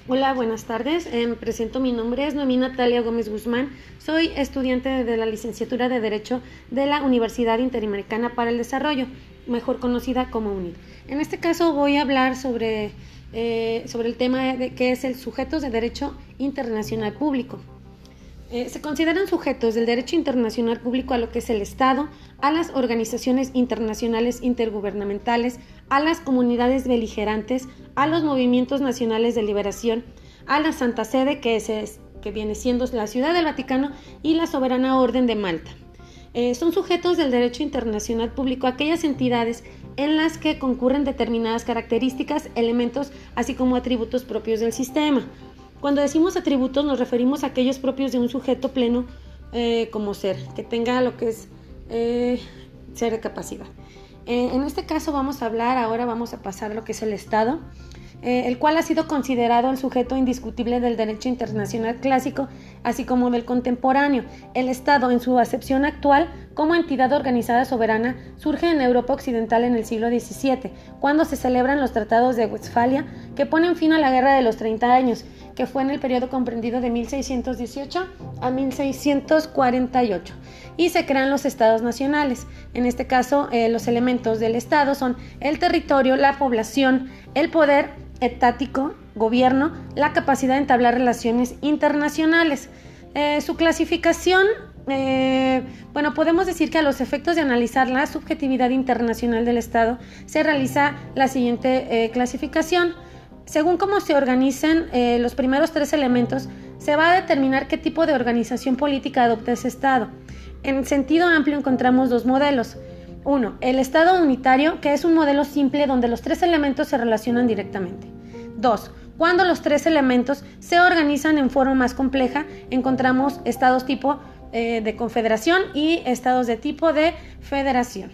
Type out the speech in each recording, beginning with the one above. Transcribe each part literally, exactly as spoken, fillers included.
Hola, buenas tardes. Eh, me presento, mi nombre es Noemí Natalia Gómez Guzmán. Soy estudiante de la licenciatura de Derecho de la Universidad Interamericana para el Desarrollo, mejor conocida como UNID. En este caso voy a hablar sobre, eh, sobre el tema de qué es el sujetos de derecho internacional público. Eh, se consideran sujetos del derecho internacional público a lo que es el Estado, a las organizaciones internacionales intergubernamentales, a las comunidades beligerantes, a los movimientos nacionales de liberación, a la Santa Sede, que, es, que viene siendo la Ciudad del Vaticano, y la Soberana Orden de Malta. Eh, son sujetos del derecho internacional público aquellas entidades en las que concurren determinadas características, elementos, así como atributos propios del sistema. Cuando decimos atributos nos referimos a aquellos propios de un sujeto pleno eh, como ser, que tenga lo que es eh, ser de capacidad. Eh, en este caso vamos a hablar, ahora vamos a pasar a lo que es el Estado, eh, el cual ha sido considerado el sujeto indiscutible del derecho internacional clásico, así como del contemporáneo. El Estado, en su acepción actual, como entidad organizada soberana, surge en Europa Occidental en el siglo diecisiete, cuando se celebran los tratados de Westfalia, que ponen fin a la Guerra de los treinta años, que fue en el periodo comprendido de mil seiscientos dieciocho a mil seiscientos cuarenta y ocho, y se crean los estados nacionales. En este caso, eh, los elementos del Estado son el territorio, la población, el poder etático, gobierno, la capacidad de entablar relaciones internacionales. Eh, su clasificación, eh, bueno, podemos decir que a los efectos de analizar la subjetividad internacional del Estado se realiza la siguiente eh, clasificación. Según cómo se organicen eh, los primeros tres elementos, se va a determinar qué tipo de organización política adopta ese Estado. En sentido amplio encontramos dos modelos. Uno, el Estado unitario, que es un modelo simple donde los tres elementos se relacionan directamente. Dos, cuando los tres elementos se organizan en forma más compleja, encontramos estados tipo eh, de confederación y estados de tipo de federación.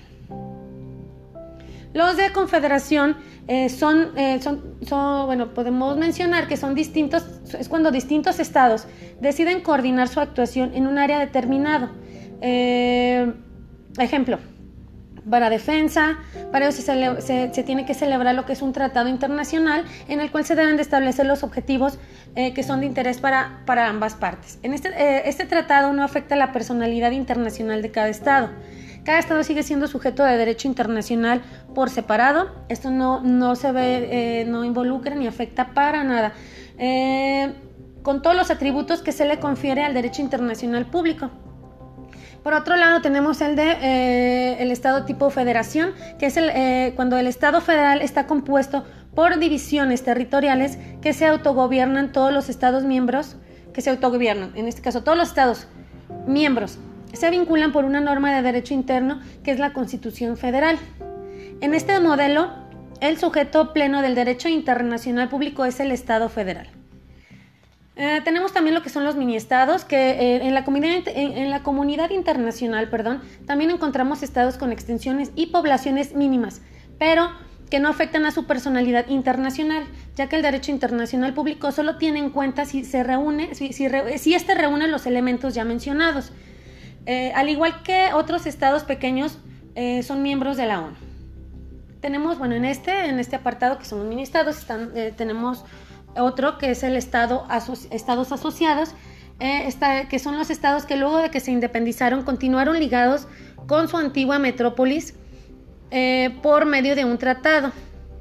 Los de confederación eh, son, eh, son, son, bueno, podemos mencionar que son distintos, es cuando distintos estados deciden coordinar su actuación en un área determinado. Eh, ejemplo, para defensa, para eso se, se, se tiene que celebrar lo que es un tratado internacional en el cual se deben de establecer los objetivos eh, que son de interés para, para ambas partes. En este, eh, este tratado no afecta la personalidad internacional de cada estado. Cada estado sigue siendo sujeto de derecho internacional por separado. Esto no, no se ve, eh, no involucra ni afecta para nada, eh, con todos los atributos que se le confiere al derecho internacional público. Por otro lado tenemos el de eh, el estado tipo federación, que es el, eh, cuando el estado federal está compuesto por divisiones territoriales que se autogobiernan todos los estados miembros, que se autogobiernan, en este caso todos los estados miembros, se vinculan por una norma de derecho interno que es la Constitución Federal. En este modelo, el sujeto pleno del derecho internacional público es el Estado federal. Eh, tenemos también lo que son los miniestados, que eh, en, la comunidad, en, en la comunidad internacional, perdón, también encontramos estados con extensiones y poblaciones mínimas, pero que no afectan a su personalidad internacional, ya que el derecho internacional público solo tiene en cuenta si se reúne, si, si, re, si este reúne los elementos ya mencionados. Eh, al igual que otros estados pequeños eh, son miembros de la ONU. Tenemos, bueno, en este, en este apartado que son los miniestados, están, eh, tenemos otro que es el estado aso estados asociados, eh, está, que son los estados que luego de que se independizaron continuaron ligados con su antigua metrópolis eh, por medio de un tratado.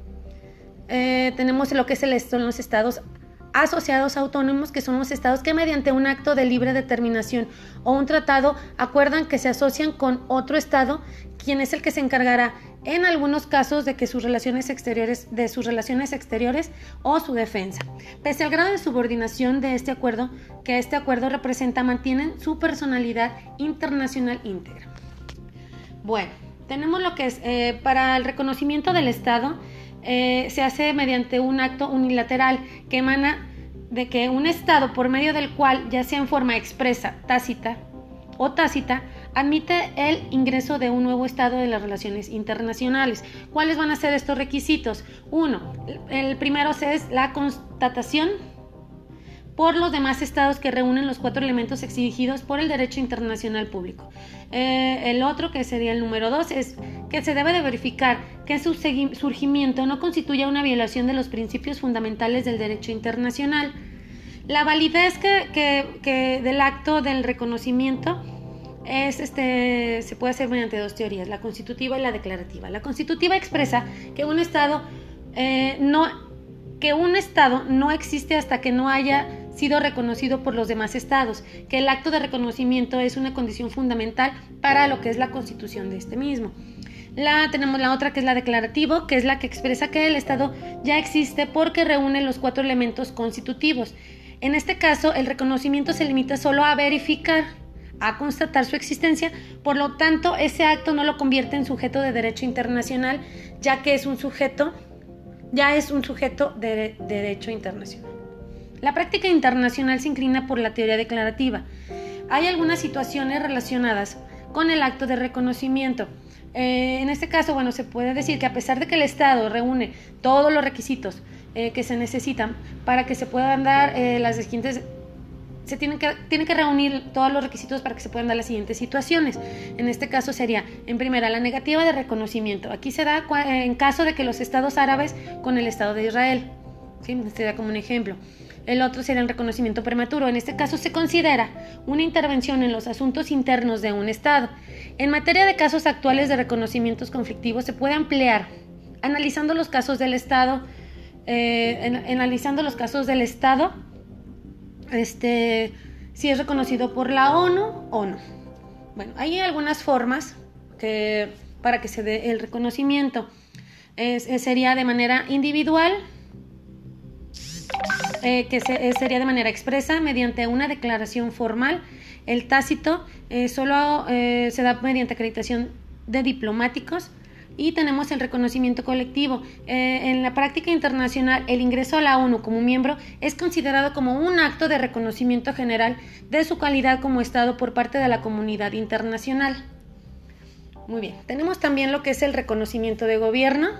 Eh, tenemos lo que es el, son los estados asociados autónomos, que son los estados que mediante un acto de libre determinación o un tratado acuerdan que se asocian con otro estado, quien es el que se encargará en algunos casos de que sus relaciones exteriores, de sus relaciones exteriores o su defensa. Pese al grado de subordinación de este acuerdo, que este acuerdo representa, mantienen su personalidad internacional íntegra. Bueno, tenemos lo que es eh, para el reconocimiento del Estado. Eh, se hace mediante un acto unilateral que emana de que un Estado, por medio del cual, ya sea en forma expresa, tácita o tácita, admite el ingreso de un nuevo Estado de las relaciones internacionales. ¿Cuáles van a ser estos requisitos? Uno, el primero es la constatación por los demás estados que reúnen los cuatro elementos exigidos por el derecho internacional público. Eh, el otro, que sería el número dos, es que se debe de verificar que su surgimiento no constituya una violación de los principios fundamentales del derecho internacional. La validez que, que, que del acto del reconocimiento es, este, se puede hacer mediante dos teorías, la constitutiva y la declarativa. La constitutiva expresa que un Estado, eh, no, que un Estado no existe hasta que no haya sido reconocido por los demás estados, que el acto de reconocimiento es una condición fundamental para lo que es la constitución de este mismo. La, tenemos la otra que es la declarativo, que es la que expresa que el Estado ya existe porque reúne los cuatro elementos constitutivos. En este caso, el reconocimiento se limita solo a verificar, a constatar su existencia, por lo tanto, ese acto no lo convierte en sujeto de derecho internacional, ya que es un sujeto, ya es un sujeto de, de derecho internacional. La práctica internacional se inclina por la teoría declarativa. Hay algunas situaciones relacionadas con el acto de reconocimiento. Eh, en este caso, bueno, se puede decir que a pesar de que el Estado reúne todos los requisitos eh, que se necesitan para que se puedan dar eh, las siguientes, se tienen que, tienen que reunir todos los requisitos para que se puedan dar las siguientes situaciones. En este caso sería, en primera, la negativa de reconocimiento. Aquí se da en caso de que los estados árabes con el Estado de Israel, ¿sí? Se da como un ejemplo. El otro sería el reconocimiento prematuro. En este caso se considera una intervención en los asuntos internos de un Estado. En materia de casos actuales de reconocimientos conflictivos se puede ampliar, analizando los casos del Estado, eh, en, analizando los casos del Estado, este, si es reconocido por la ONU o no. Bueno, hay algunas formas que, para que se dé el reconocimiento. Es, sería de manera individual, Eh, que se, eh, sería de manera expresa mediante una declaración formal. El tácito eh, solo eh, se da mediante acreditación de diplomáticos. Y tenemos el reconocimiento colectivo. Eh, en la práctica internacional, el ingreso a la ONU como miembro es considerado como un acto de reconocimiento general de su calidad como Estado por parte de la comunidad internacional. Muy bien, tenemos también lo que es el reconocimiento de gobierno.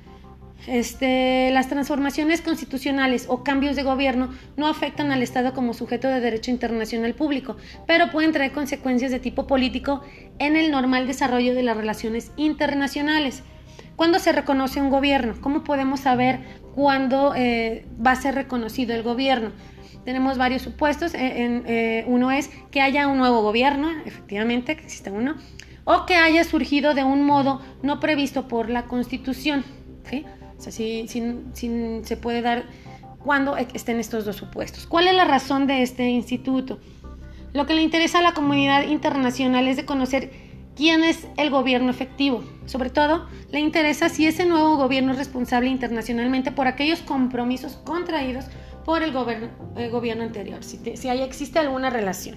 Este, las transformaciones constitucionales o cambios de gobierno no afectan al Estado como sujeto de derecho internacional público, pero pueden traer consecuencias de tipo político en el normal desarrollo de las relaciones internacionales. ¿Cuándo se reconoce un gobierno? ¿Cómo podemos saber cuándo eh, va a ser reconocido el gobierno? Tenemos varios supuestos. En, en, eh, uno es que haya un nuevo gobierno, efectivamente, que exista uno, o que haya surgido de un modo no previsto por la Constitución, ¿sí? O sea, sí, sí, sí se puede dar cuando estén estos dos supuestos. ¿Cuál es la razón de este instituto? Lo que le interesa a la comunidad internacional es de conocer quién es el gobierno efectivo. Sobre todo, le interesa si ese nuevo gobierno es responsable internacionalmente por aquellos compromisos contraídos por el gobierno, el gobierno anterior, si, te, si hay, existe alguna relación.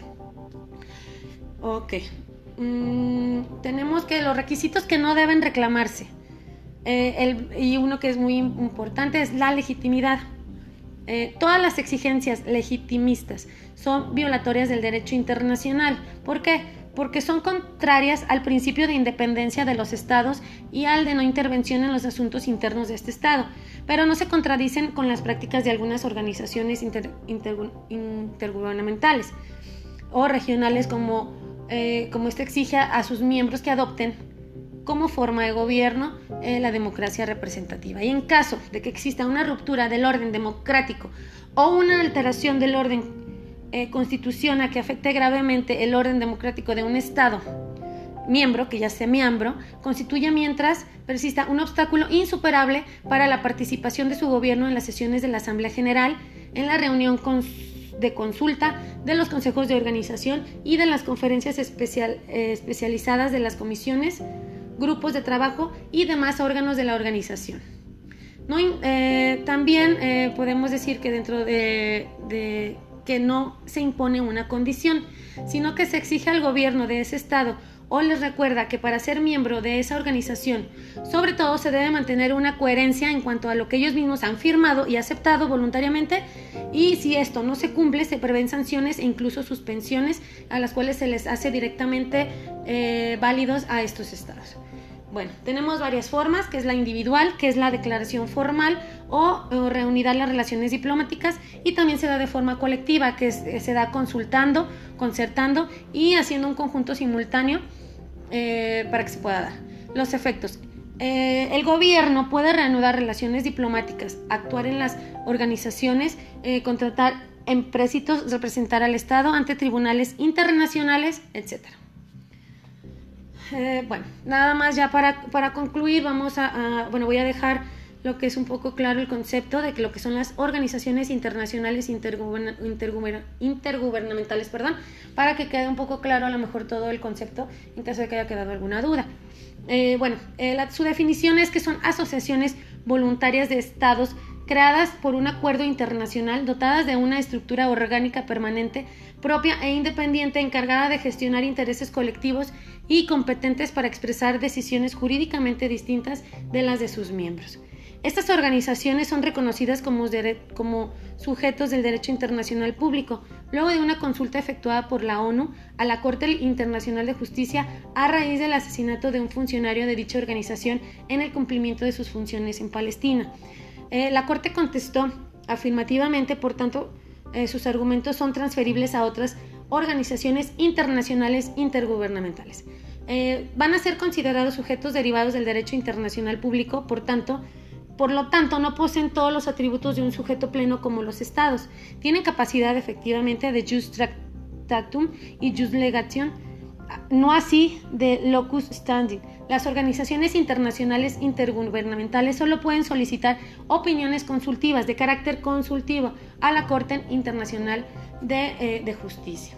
Ok. Mm, tenemos que los requisitos que no deben reclamarse. Eh, el, y uno que es muy importante es la legitimidad. Eh, todas las exigencias legitimistas son violatorias del derecho internacional. ¿Por qué? Porque son contrarias al principio de independencia de los estados y al de no intervención en los asuntos internos de este estado, pero no se contradicen con las prácticas de algunas organizaciones inter, inter, intergubernamentales o regionales como, eh, como esto exige a sus miembros que adopten como forma de gobierno eh, la democracia representativa. Y en caso de que exista una ruptura del orden democrático o una alteración del orden eh, constitucional que afecte gravemente el orden democrático de un Estado miembro, que ya sea miembro, constituye mientras persista un obstáculo insuperable para la participación de su gobierno en las sesiones de la Asamblea General, en la reunión cons de consulta, de los consejos de organización y de las conferencias especial, eh, especializadas de las comisiones, grupos de trabajo y demás órganos de la organización. No, eh, también eh, podemos decir que dentro de, de que no se impone una condición, sino que se exige al gobierno de ese estado o les recuerda que para ser miembro de esa organización, sobre todo se debe mantener una coherencia en cuanto a lo que ellos mismos han firmado y aceptado voluntariamente, y si esto no se cumple, se prevén sanciones e incluso suspensiones a las cuales se les hace directamente eh, válidos a estos estados. Bueno, tenemos varias formas, que es la individual, que es la declaración formal o, o reunida las relaciones diplomáticas, y también se da de forma colectiva, que es, se da consultando, concertando y haciendo un conjunto simultáneo eh, para que se pueda dar. Los efectos. Eh, el gobierno puede reanudar relaciones diplomáticas, actuar en las organizaciones, eh, contratar empréstitos, representar al Estado ante tribunales internacionales, etcétera. Eh, bueno, nada más ya para, para concluir, vamos a, a, bueno, voy a dejar lo que es un poco claro el concepto de que lo que son las organizaciones internacionales interguberna, interguberna, intergubernamentales, perdón, para que quede un poco claro a lo mejor todo el concepto en caso de que haya quedado alguna duda. Eh, bueno, eh, la, su definición es que son asociaciones voluntarias de estados creadas por un acuerdo internacional, dotadas de una estructura orgánica permanente, propia e independiente, encargada de gestionar intereses colectivos y competentes para expresar decisiones jurídicamente distintas de las de sus miembros. Estas organizaciones son reconocidas como, como sujetos del derecho internacional público, luego de una consulta efectuada por la ONU a la Corte Internacional de Justicia a raíz del asesinato de un funcionario de dicha organización en el cumplimiento de sus funciones en Palestina. Eh, la Corte contestó afirmativamente, por tanto, eh, sus argumentos son transferibles a otras organizaciones internacionales intergubernamentales. Eh, van a ser considerados sujetos derivados del derecho internacional público, por tanto, Por lo tanto, no poseen todos los atributos de un sujeto pleno como los estados. Tienen capacidad efectivamente de jus tractatum y jus legation, no así de locus standi. Las organizaciones internacionales intergubernamentales solo pueden solicitar opiniones consultivas de carácter consultivo a la Corte Internacional de, eh, de Justicia.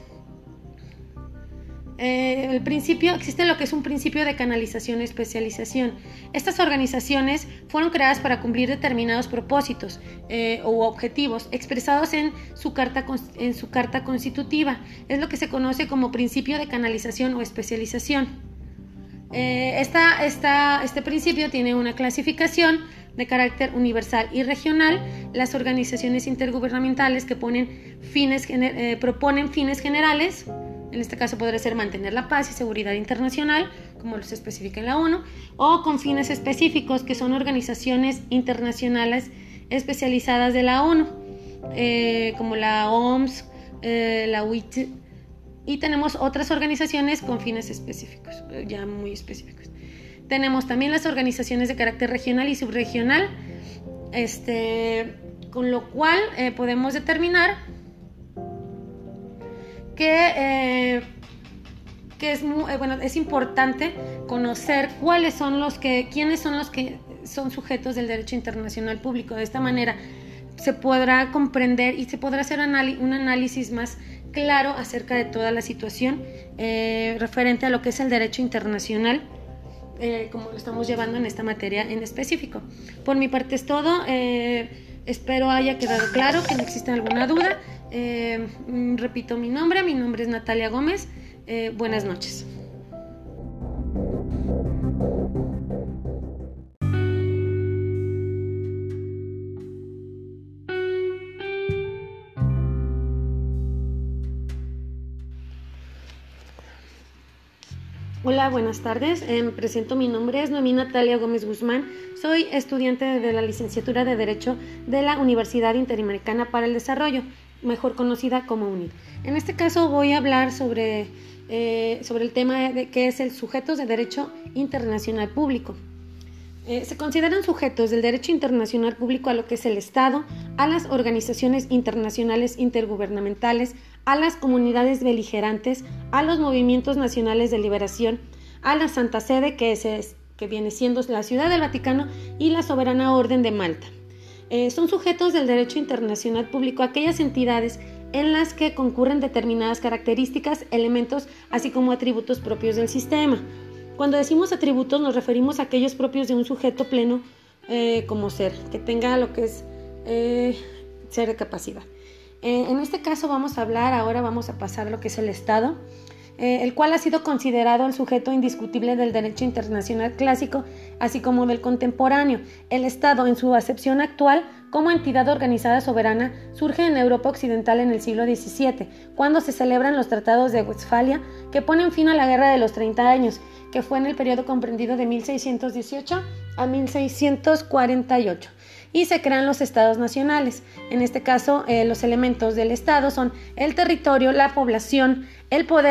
Eh, el principio, existe lo que es un principio de canalización y especialización. Estas organizaciones fueron creadas para cumplir determinados propósitos eh, u objetivos expresados en su, carta, en su carta constitutiva. Es lo que se conoce como principio de canalización o especialización. Eh, esta, esta, este principio tiene una clasificación de carácter universal y regional. Las organizaciones intergubernamentales que ponen fines, eh, proponen fines generales. En este caso podría ser mantener la paz y seguridad internacional, como se especifica en la ONU, o con fines específicos, que son organizaciones internacionales especializadas de la ONU, eh, como la O M S, eh, la U I T, y tenemos otras organizaciones con fines específicos, ya muy específicos. Tenemos también las organizaciones de carácter regional y subregional, este, con lo cual eh, podemos determinar que, eh, que es, muy, eh, bueno, es importante conocer cuáles son los que, quiénes son los que son sujetos del derecho internacional público. De esta manera se podrá comprender y se podrá hacer anali- un análisis más claro acerca de toda la situación eh, referente a lo que es el derecho internacional, eh, como lo estamos llevando en esta materia en específico. Por mi parte es todo. Eh, espero haya quedado claro, que no exista alguna duda. Eh, repito mi nombre, mi nombre es Natalia Gómez. Eh, buenas noches. Hola, buenas tardes. Eh, me presento, mi nombre es Noemí Natalia Gómez Guzmán. Soy estudiante de la licenciatura de Derecho de la Universidad Interamericana para el Desarrollo, mejor conocida como UNID. En este caso voy a hablar sobre, eh, sobre el tema de qué es el sujetos de derecho internacional público. Eh, se consideran sujetos del derecho internacional público a lo que es el Estado, a las organizaciones internacionales intergubernamentales, a las comunidades beligerantes, a los movimientos nacionales de liberación, a la Santa Sede, que, es, que viene siendo la Ciudad del Vaticano, y la Soberana Orden de Malta. Eh, son sujetos del derecho internacional público aquellas entidades en las que concurren determinadas características, elementos, así como atributos propios del sistema. Cuando decimos atributos nos referimos a aquellos propios de un sujeto pleno eh, como ser, que tenga lo que es eh, ser de capacidad. Eh, en este caso vamos a hablar, ahora vamos a pasar a lo que es el Estado, eh, el cual ha sido considerado el sujeto indiscutible del derecho internacional clásico, así como del contemporáneo. El Estado, en su acepción actual, como entidad organizada soberana, surge en Europa Occidental en el siglo diecisiete, cuando se celebran los tratados de Westfalia, que ponen fin a la Guerra de los treinta años, que fue en el periodo comprendido de mil seiscientos dieciocho a mil seiscientos cuarenta y ocho, y se crean los estados nacionales. En este caso, eh, los elementos del Estado son el territorio, la población, el poder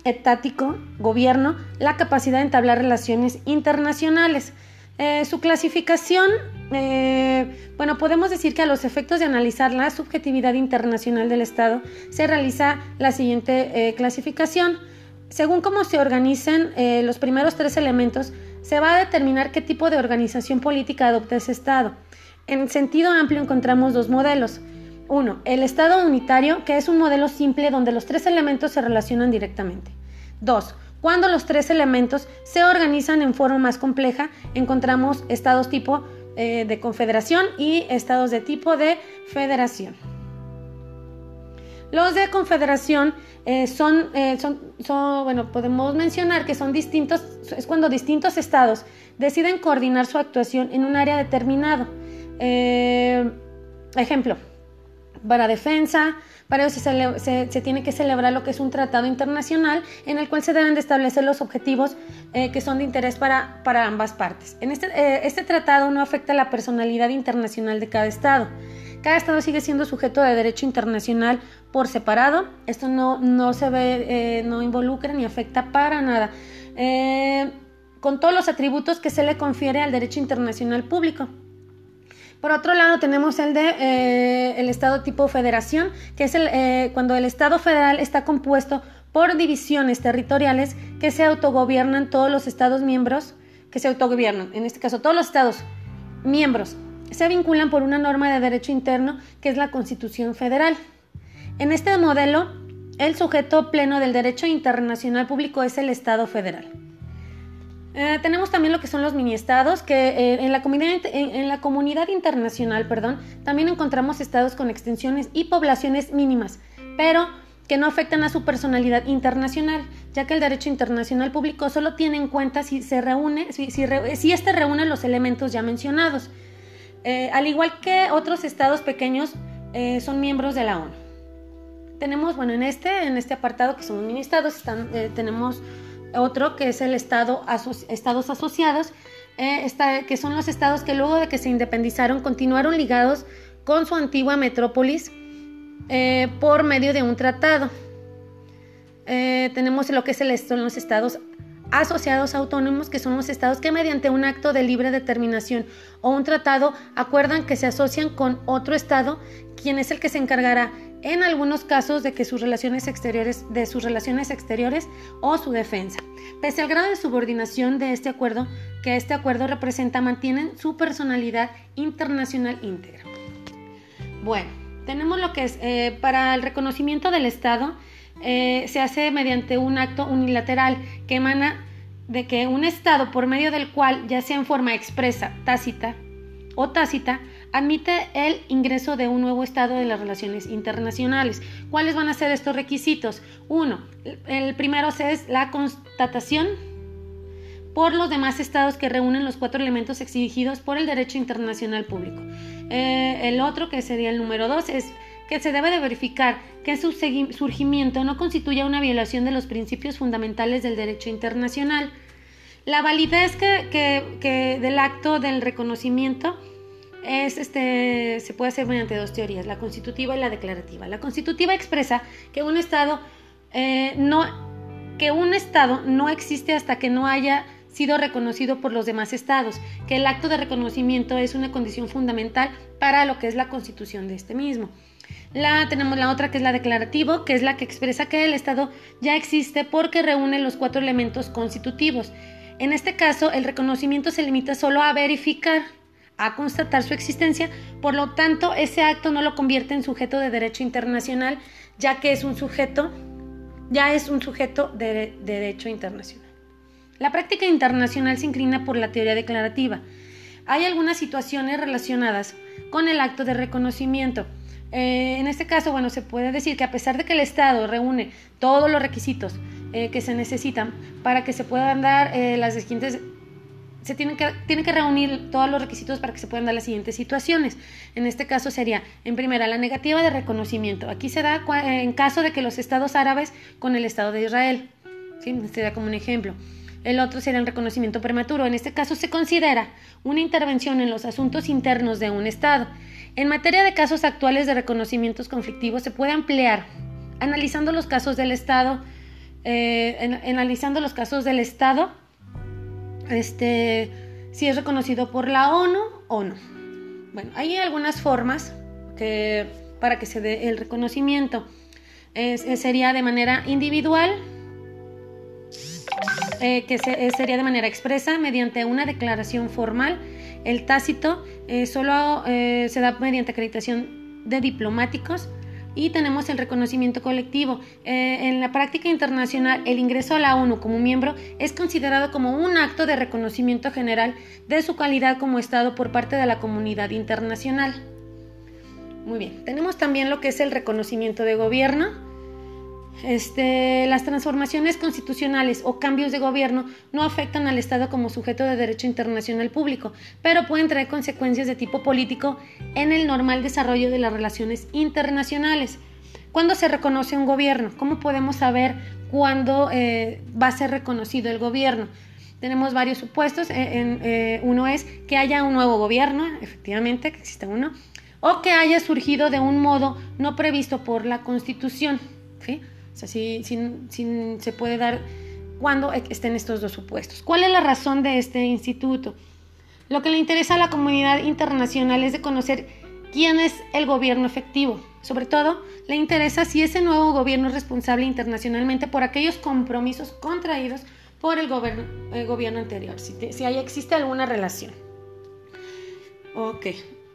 etático, gobierno, la capacidad de entablar relaciones internacionales. Eh, su clasificación, eh, bueno, podemos decir que a los efectos de analizar la subjetividad internacional del Estado se realiza la siguiente eh, clasificación. Según cómo se organicen eh, los primeros tres elementos, se va a determinar qué tipo de organización política adopta ese Estado. En sentido amplio encontramos dos modelos. Uno, el Estado unitario, que es un modelo simple donde los tres elementos se relacionan directamente. Dos, cuando los tres elementos se organizan en forma más compleja, encontramos estados tipo eh, de confederación y estados de tipo de federación. Los de confederación eh, son, eh, son, son, bueno, podemos mencionar que son distintos, es cuando distintos estados deciden coordinar su actuación en un área determinado. Eh, ejemplo, para defensa, para eso se, se, se tiene que celebrar lo que es un tratado internacional en el cual se deben de establecer los objetivos eh, que son de interés para, para ambas partes. En este, eh, este tratado no afecta la personalidad internacional de cada estado. Cada estado sigue siendo sujeto de derecho internacional por separado. Esto no, no se ve, eh, no involucra ni afecta para nada. Eh, con todos los atributos que se le confiere al derecho internacional público. Por otro lado tenemos el de eh, el Estado tipo federación, que es el, eh, cuando el Estado federal está compuesto por divisiones territoriales que se autogobiernan todos los Estados miembros, que se autogobiernan, en este caso todos los Estados miembros, se vinculan por una norma de derecho interno que es la Constitución Federal. En este modelo, el sujeto pleno del derecho internacional público es el Estado federal. Eh, tenemos también lo que son los mini-estados, que eh, en, la comunidad, en, en la comunidad internacional perdón, también encontramos estados con extensiones y poblaciones mínimas, pero que no afectan a su personalidad internacional, ya que el derecho internacional público solo tiene en cuenta si, se reúne, si, si, re, si este reúne los elementos ya mencionados. Eh, al igual que otros estados pequeños, eh, son miembros de la ONU. Tenemos, bueno, en este, en este apartado que son mini-estados, están, eh, tenemos otro que es el estado aso estados asociados, eh, esta, que son los estados que luego de que se independizaron continuaron ligados con su antigua metrópolis eh, por medio de un tratado. Eh, tenemos lo que es el, son los estados asociados autónomos, que son los estados que mediante un acto de libre determinación o un tratado acuerdan que se asocian con otro estado, quien es el que se encargará en algunos casos de que sus relaciones exteriores, de sus relaciones exteriores o su defensa. Pese al grado de subordinación de este acuerdo, que este acuerdo representa, mantienen su personalidad internacional íntegra. Bueno, tenemos lo que es, eh, para el reconocimiento del Estado, eh, se hace mediante un acto unilateral que emana de que un Estado, por medio del cual, ya sea en forma expresa, tácita o tácita, admite el ingreso de un nuevo estado de las relaciones internacionales. ¿Cuáles van a ser estos requisitos? Uno, el primero es la constatación por los demás estados que reúnen los cuatro elementos exigidos por el derecho internacional público. Eh, el otro, que sería el número dos, es que se debe de verificar que su surgimiento no constituya una violación de los principios fundamentales del derecho internacional. La validez que, que, que del acto del reconocimiento es, este, se puede hacer mediante dos teorías, la constitutiva y la declarativa. La constitutiva expresa que un estado, eh, no, que un estado no existe hasta que no haya sido reconocido por los demás estados, que el acto de reconocimiento es una condición fundamental para lo que es la constitución de este mismo. La, tenemos la otra, que es la declarativo, que es la que expresa que el estado ya existe porque reúne los cuatro elementos constitutivos. En este caso, el reconocimiento se limita solo a verificar, a constatar su existencia, por lo tanto, ese acto no lo convierte en sujeto de derecho internacional, ya que es un sujeto, ya es un sujeto de, de derecho internacional. La práctica internacional se inclina por la teoría declarativa. Hay algunas situaciones relacionadas con el acto de reconocimiento. Eh, en este caso, bueno, se puede decir que a pesar de que el Estado reúne todos los requisitos eh, que se necesitan para que se puedan dar eh, las siguientes, se tienen que, tienen que reunir todos los requisitos para que se puedan dar las siguientes situaciones. En este caso sería, en primera, la negativa de reconocimiento. Aquí se da en caso de que los estados árabes con el Estado de Israel, ¿sí? Este da como un ejemplo. El otro sería el reconocimiento prematuro. En este caso se considera una intervención en los asuntos internos de un Estado. En materia de casos actuales de reconocimientos conflictivos se puede ampliar, analizando los casos del Estado eh, en, analizando los casos del Estado, este, si es reconocido por la ONU o no. Bueno, hay algunas formas que, para que se dé el reconocimiento. Es, sería de manera individual, eh, que se, sería de manera expresa mediante una declaración formal. El tácito eh, solo eh, se da mediante acreditación de diplomáticos. Y tenemos el reconocimiento colectivo. Eh, en la práctica internacional, el ingreso a la ONU como miembro es considerado como un acto de reconocimiento general de su calidad como Estado por parte de la comunidad internacional. Muy bien, tenemos también lo que es el reconocimiento de gobierno. Este, las transformaciones constitucionales o cambios de gobierno no afectan al Estado como sujeto de derecho internacional público, pero pueden traer consecuencias de tipo político en el normal desarrollo de las relaciones internacionales. ¿Cuándo se reconoce un gobierno? ¿Cómo podemos saber cuándo eh, va a ser reconocido el gobierno? Tenemos varios supuestos. Eh, en, eh, uno es que haya un nuevo gobierno, efectivamente, que exista uno, o que haya surgido de un modo no previsto por la Constitución, ¿sí? O sea, sí, sí, sí se puede dar cuando estén estos dos supuestos. ¿Cuál es la razón de este instituto? Lo que le interesa a la comunidad internacional es de conocer quién es el gobierno efectivo. Sobre todo, le interesa si ese nuevo gobierno es responsable internacionalmente por aquellos compromisos contraídos por el gobierno, el gobierno anterior, si, te, si ahí existe alguna relación. Ok.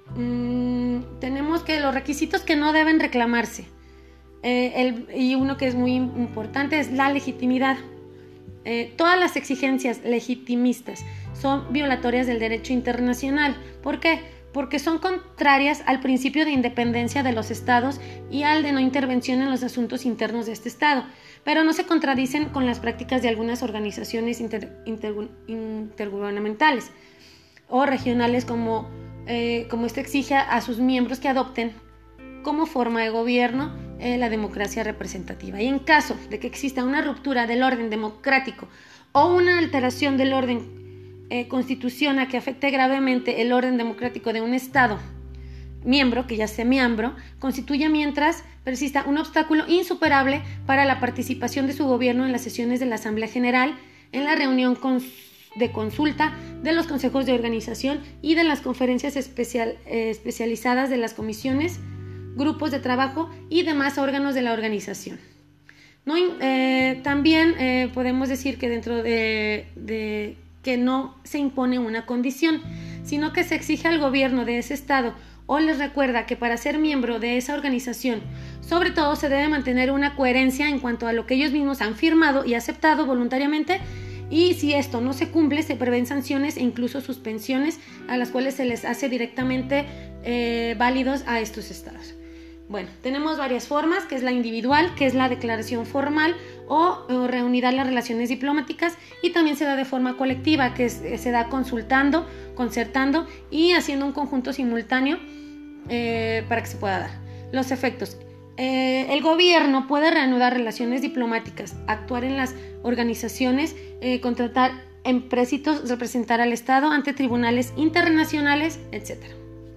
Mm, tenemos que los requisitos que no deben reclamarse. Eh, el, y uno que es muy importante es la legitimidad. Eh, todas las exigencias legitimistas son violatorias del derecho internacional. ¿Por qué? Porque son contrarias al principio de independencia de los estados y al de no intervención en los asuntos internos de este estado, pero no se contradicen con las prácticas de algunas organizaciones inter, inter, intergubernamentales o regionales como, eh, como esto exige a sus miembros que adopten como forma de gobierno eh, la democracia representativa. Y en caso de que exista una ruptura del orden democrático o una alteración del orden eh, constitucional que afecte gravemente el orden democrático de un Estado miembro, que ya sea miembro, constituye mientras persista un obstáculo insuperable para la participación de su gobierno en las sesiones de la Asamblea General, en la reunión cons de consulta, de los consejos de organización y de las conferencias especial, eh, especializadas de las comisiones, grupos de trabajo y demás órganos de la organización. No, eh, también eh, podemos decir que dentro de, de que no se impone una condición, sino que se exige al gobierno de ese estado o les recuerda que para ser miembro de esa organización, sobre todo se debe mantener una coherencia en cuanto a lo que ellos mismos han firmado y aceptado voluntariamente, y si esto no se cumple, se prevén sanciones e incluso suspensiones a las cuales se les hace directamente eh, válidos a estos estados. Bueno, tenemos varias formas, que es la individual, que es la declaración formal o, o reunidad las relaciones diplomáticas, y también se da de forma colectiva, que es, se da consultando, concertando y haciendo un conjunto simultáneo eh, para que se pueda dar. Los efectos. Eh, el gobierno puede reanudar relaciones diplomáticas, actuar en las organizaciones, eh, contratar empréstitos, representar al Estado ante tribunales internacionales, etcétera.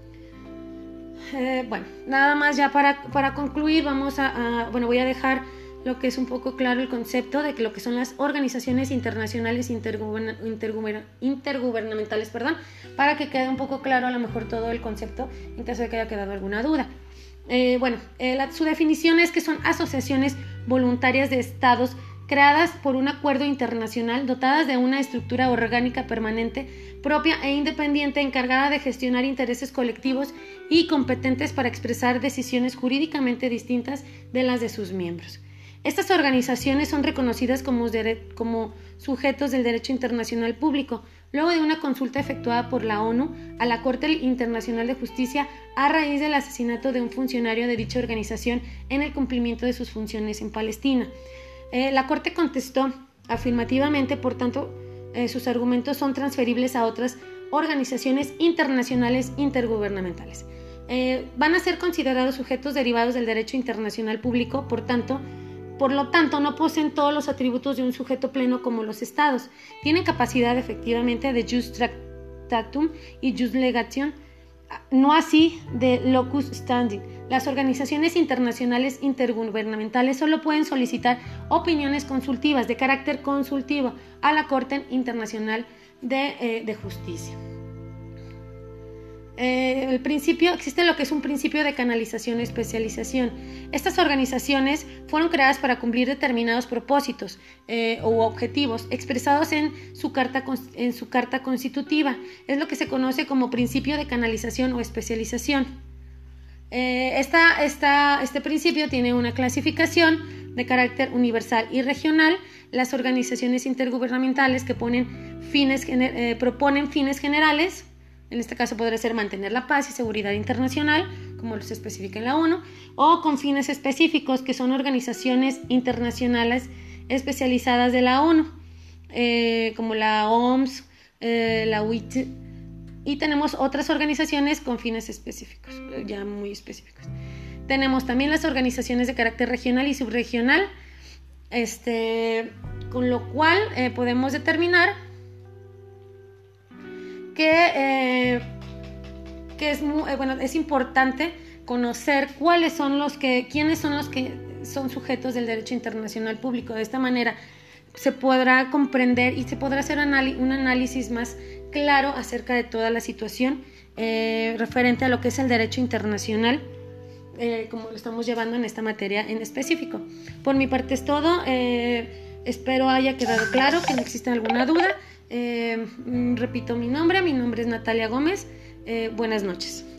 Eh, bueno, nada más ya para, para concluir, vamos a, a, bueno, voy a dejar lo que es un poco claro el concepto de que lo que son las organizaciones internacionales interguberna, interguberna, intergubernamentales, perdón, para que quede un poco claro a lo mejor todo el concepto en caso de que haya quedado alguna duda. Eh, bueno, eh, la, su definición es que son asociaciones voluntarias de estados creadas por un acuerdo internacional, dotadas de una estructura orgánica permanente, propia e independiente, encargada de gestionar intereses colectivos y competentes para expresar decisiones jurídicamente distintas de las de sus miembros. Estas organizaciones son reconocidas como, como sujetos del derecho internacional público, luego de una consulta efectuada por la ONU a la Corte Internacional de Justicia a raíz del asesinato de un funcionario de dicha organización en el cumplimiento de sus funciones en Palestina. Eh, la Corte contestó afirmativamente, por tanto, eh, sus argumentos son transferibles a otras organizaciones internacionales intergubernamentales. Eh, van a ser considerados sujetos derivados del derecho internacional público, por tanto, por lo tanto, no poseen todos los atributos de un sujeto pleno como los estados. Tienen capacidad efectivamente de jus tractatum y jus legation, no así de locus standi. Las organizaciones internacionales intergubernamentales solo pueden solicitar opiniones consultivas de carácter consultivo a la Corte Internacional de, eh, de Justicia. Eh, el principio, existe lo que es un principio de canalización y especialización. Estas organizaciones fueron creadas para cumplir determinados propósitos eh, u objetivos expresados en su, carta, en su carta constitutiva. Es lo que se conoce como principio de canalización o especialización. Eh, esta, esta, este principio tiene una clasificación de carácter universal y regional. Las organizaciones intergubernamentales que ponen fines, eh, proponen fines generales. En este caso podría ser mantener la paz y seguridad internacional, como se especifica en la ONU, o con fines específicos, que son organizaciones internacionales especializadas de la ONU, eh, como la O M S, eh, la U I T, y tenemos otras organizaciones con fines específicos, ya muy específicos. Tenemos también las organizaciones de carácter regional y subregional, este, con lo cual eh, podemos determinar que, eh, que es, muy, eh, bueno, es importante conocer cuáles son los que, quiénes son los que son sujetos del derecho internacional público. De esta manera se podrá comprender y se podrá hacer anali- un análisis más claro acerca de toda la situación eh, referente a lo que es el derecho internacional, eh, como lo estamos llevando en esta materia en específico. Por mi parte es todo. Eh, espero haya quedado claro, que no exista alguna duda. Eh, repito mi nombre, mi nombre es Natalia Gómez. Eh, buenas noches.